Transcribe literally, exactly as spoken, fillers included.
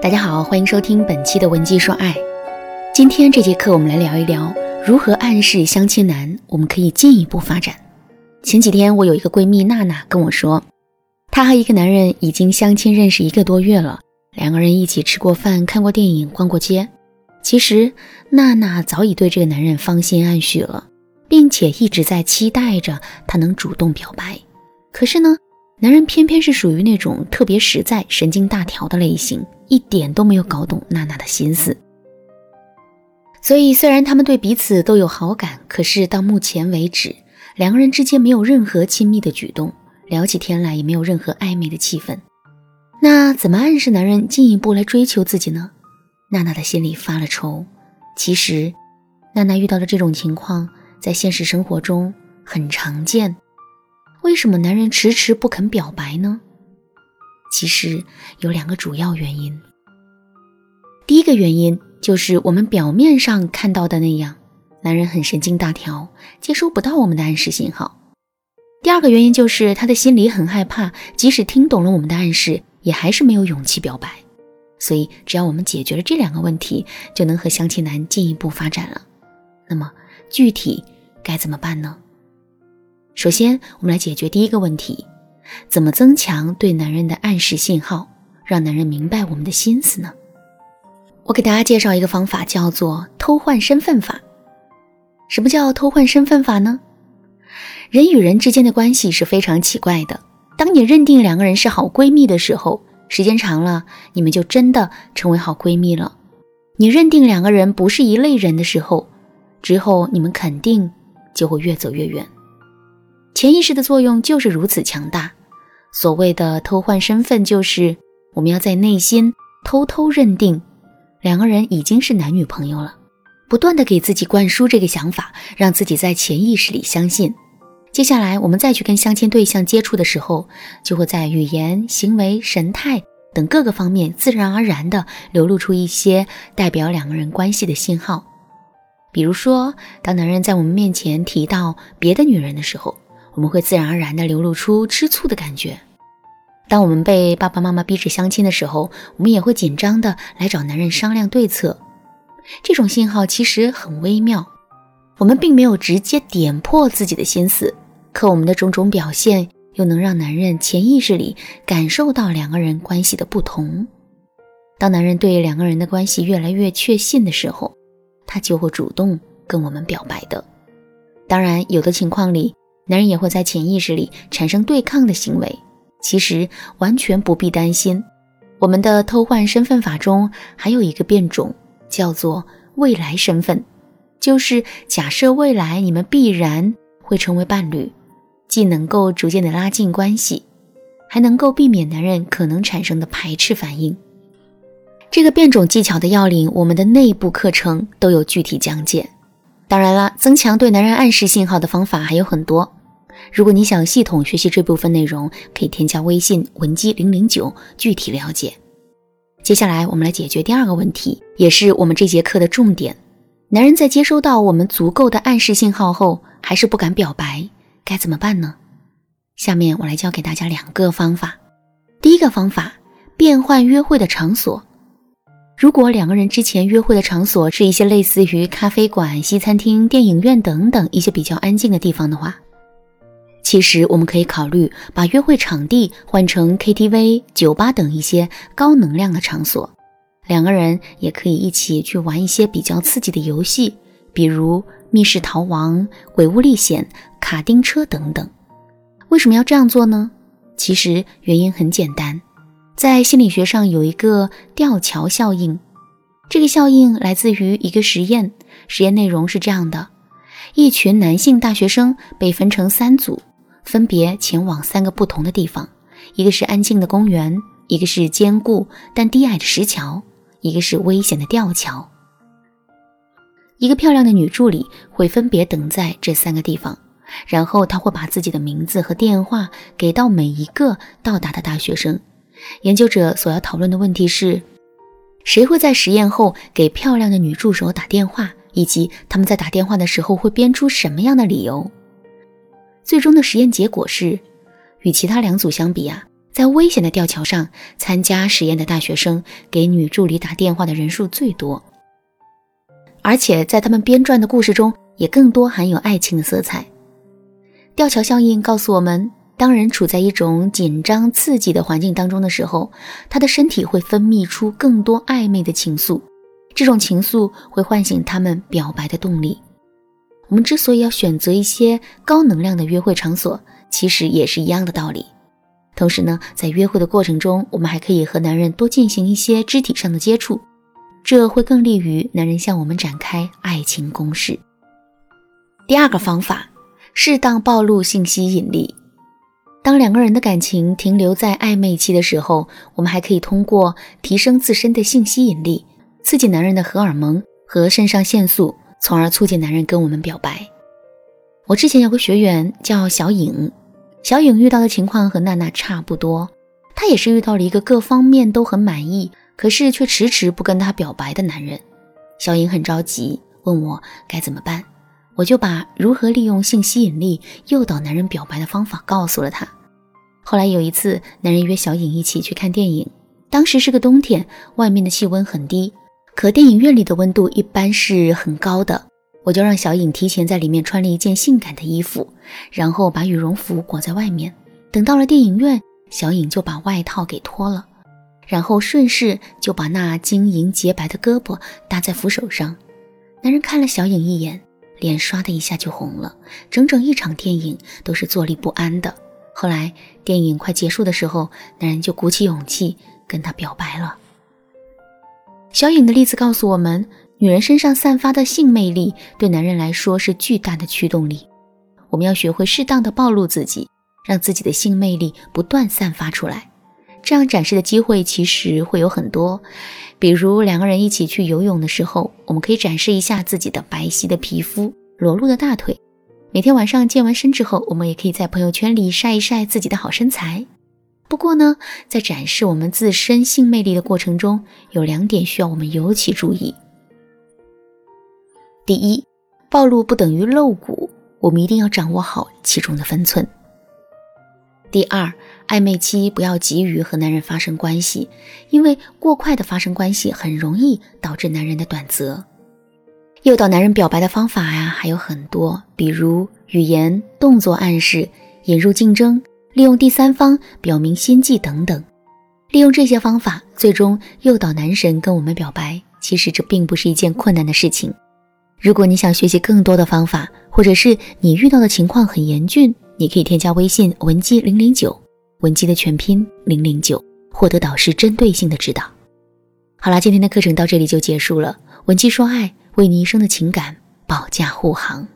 大家好，欢迎收听本期的文姬说爱。今天这节课我们来聊一聊如何暗示相亲男，我们可以进一步发展。前几天我有一个闺蜜娜娜跟我说，她和一个男人已经相亲认识一个多月了，两个人一起吃过饭，看过电影，逛过街。其实娜娜早已对这个男人芳心暗许了，并且一直在期待着他能主动表白。可是呢，男人偏偏是属于那种特别实在、神经大条的类型，一点都没有搞懂娜娜的心思。所以虽然他们对彼此都有好感，可是到目前为止，两个人之间没有任何亲密的举动，聊起天来也没有任何暧昧的气氛。那怎么暗示男人进一步来追求自己呢？娜娜的心里发了愁。其实娜娜遇到的这种情况在现实生活中很常见。为什么男人迟迟不肯表白呢？其实有两个主要原因。第一个原因就是我们表面上看到的那样，男人很神经大条，接收不到我们的暗示信号。第二个原因就是他的心里很害怕，即使听懂了我们的暗示，也还是没有勇气表白。所以只要我们解决了这两个问题，就能和相亲男进一步发展了。那么具体该怎么办呢？首先我们来解决第一个问题，怎么增强对男人的暗示信号，让男人明白我们的心思呢？我给大家介绍一个方法，叫做偷换身份法。什么叫偷换身份法呢？人与人之间的关系是非常奇怪的，当你认定两个人是好闺蜜的时候，时间长了，你们就真的成为好闺蜜了。你认定两个人不是一类人的时候，之后你们肯定就会越走越远。潜意识的作用就是如此强大。所谓的偷换身份，就是我们要在内心偷偷认定两个人已经是男女朋友了，不断地给自己灌输这个想法，让自己在潜意识里相信。接下来我们再去跟相亲对象接触的时候，就会在语言、行为、神态等各个方面自然而然地流露出一些代表两个人关系的信号。比如说，当男人在我们面前提到别的女人的时候，我们会自然而然地流露出吃醋的感觉。当我们被爸爸妈妈逼着相亲的时候，我们也会紧张地来找男人商量对策。这种信号其实很微妙，我们并没有直接点破自己的心思，可我们的种种表现又能让男人潜意识里感受到两个人关系的不同。当男人对两个人的关系越来越确信的时候，他就会主动跟我们表白的。当然，有的情况里，男人也会在潜意识里产生对抗的行为，其实完全不必担心。我们的偷换身份法中还有一个变种，叫做未来身份，就是假设未来你们必然会成为伴侣，既能够逐渐的拉近关系，还能够避免男人可能产生的排斥反应。这个变种技巧的要领，我们的内部课程都有具体讲解。当然了，增强对男人暗示信号的方法还有很多。如果你想系统学习这部分内容，可以添加微信文姬零零九具体了解。接下来我们来解决第二个问题，也是我们这节课的重点。男人在接收到我们足够的暗示信号后，还是不敢表白，该怎么办呢？下面我来教给大家两个方法。第一个方法，变换约会的场所。如果两个人之前约会的场所是一些类似于咖啡馆、西餐厅、电影院等等一些比较安静的地方的话，其实我们可以考虑把约会场地换成 K T V、酒吧等一些高能量的场所。两个人也可以一起去玩一些比较刺激的游戏，比如密室逃亡、鬼屋历险、卡丁车等等。为什么要这样做呢？其实原因很简单，在心理学上有一个吊桥效应。这个效应来自于一个实验，实验内容是这样的：一群男性大学生被分成三组，分别前往三个不同的地方，一个是安静的公园，一个是坚固但低矮的石桥，一个是危险的吊桥。一个漂亮的女助理会分别等在这三个地方，然后她会把自己的名字和电话给到每一个到达的大学生。研究者所要讨论的问题是，谁会在实验后给漂亮的女助手打电话，以及他们在打电话的时候会编出什么样的理由。最终的实验结果是，与其他两组相比啊， 在危险的吊桥上，参加实验的大学生给女助理打电话的人数最多，而且在他们编撰的故事中也更多含有爱情的色彩。吊桥效应告诉我们，当人处在一种紧张刺激的环境当中的时候，他的身体会分泌出更多暧昧的情愫，这种情愫会唤醒他们表白的动力。我们之所以要选择一些高能量的约会场所，其实也是一样的道理。同时呢，在约会的过程中，我们还可以和男人多进行一些肢体上的接触，这会更利于男人向我们展开爱情攻势。第二个方法，适当暴露性吸引力。当两个人的感情停留在暧昧期的时候，我们还可以通过提升自身的性吸引力，刺激男人的荷尔蒙和肾上腺素，从而促进男人跟我们表白。我之前有个学员叫小颖，小颖遇到的情况和娜娜差不多，她也是遇到了一个各方面都很满意，可是却迟迟不跟她表白的男人。小颖很着急，问我该怎么办。我就把如何利用性吸引力诱导男人表白的方法告诉了她。后来有一次，男人约小颖一起去看电影，当时是个冬天，外面的气温很低，可电影院里的温度一般是很高的，我就让小颖提前在里面穿了一件性感的衣服，然后把羽绒服裹在外面。等到了电影院，小颖就把外套给脱了，然后顺势就把那晶莹洁白的胳膊搭在扶手上。男人看了小颖一眼，脸刷的一下就红了，整整一场电影都是坐立不安的。后来电影快结束的时候，男人就鼓起勇气跟她表白了。小颖的例子告诉我们，女人身上散发的性魅力对男人来说是巨大的驱动力。我们要学会适当的暴露自己，让自己的性魅力不断散发出来。这样展示的机会其实会有很多，比如两个人一起去游泳的时候，我们可以展示一下自己的白皙的皮肤、裸露的大腿。每天晚上健完身之后，我们也可以在朋友圈里晒一晒自己的好身材。不过呢，在展示我们自身性魅力的过程中，有两点需要我们尤其注意。第一，暴露不等于露骨，我们一定要掌握好其中的分寸。第二，暧昧期不要急于和男人发生关系，因为过快的发生关系很容易导致男人的短择。诱导男人表白的方法呀还有很多，比如语言、动作暗示、引入竞争、利用第三方表明心迹等等。利用这些方法，最终诱导男神跟我们表白，其实这并不是一件困难的事情。如果你想学习更多的方法，或者是你遇到的情况很严峻，你可以添加微信文姬零零九，文姬的全拼零零九，获得导师针对性的指导。好啦，今天的课程到这里就结束了。文姬说爱，为你一生的情感保驾护航。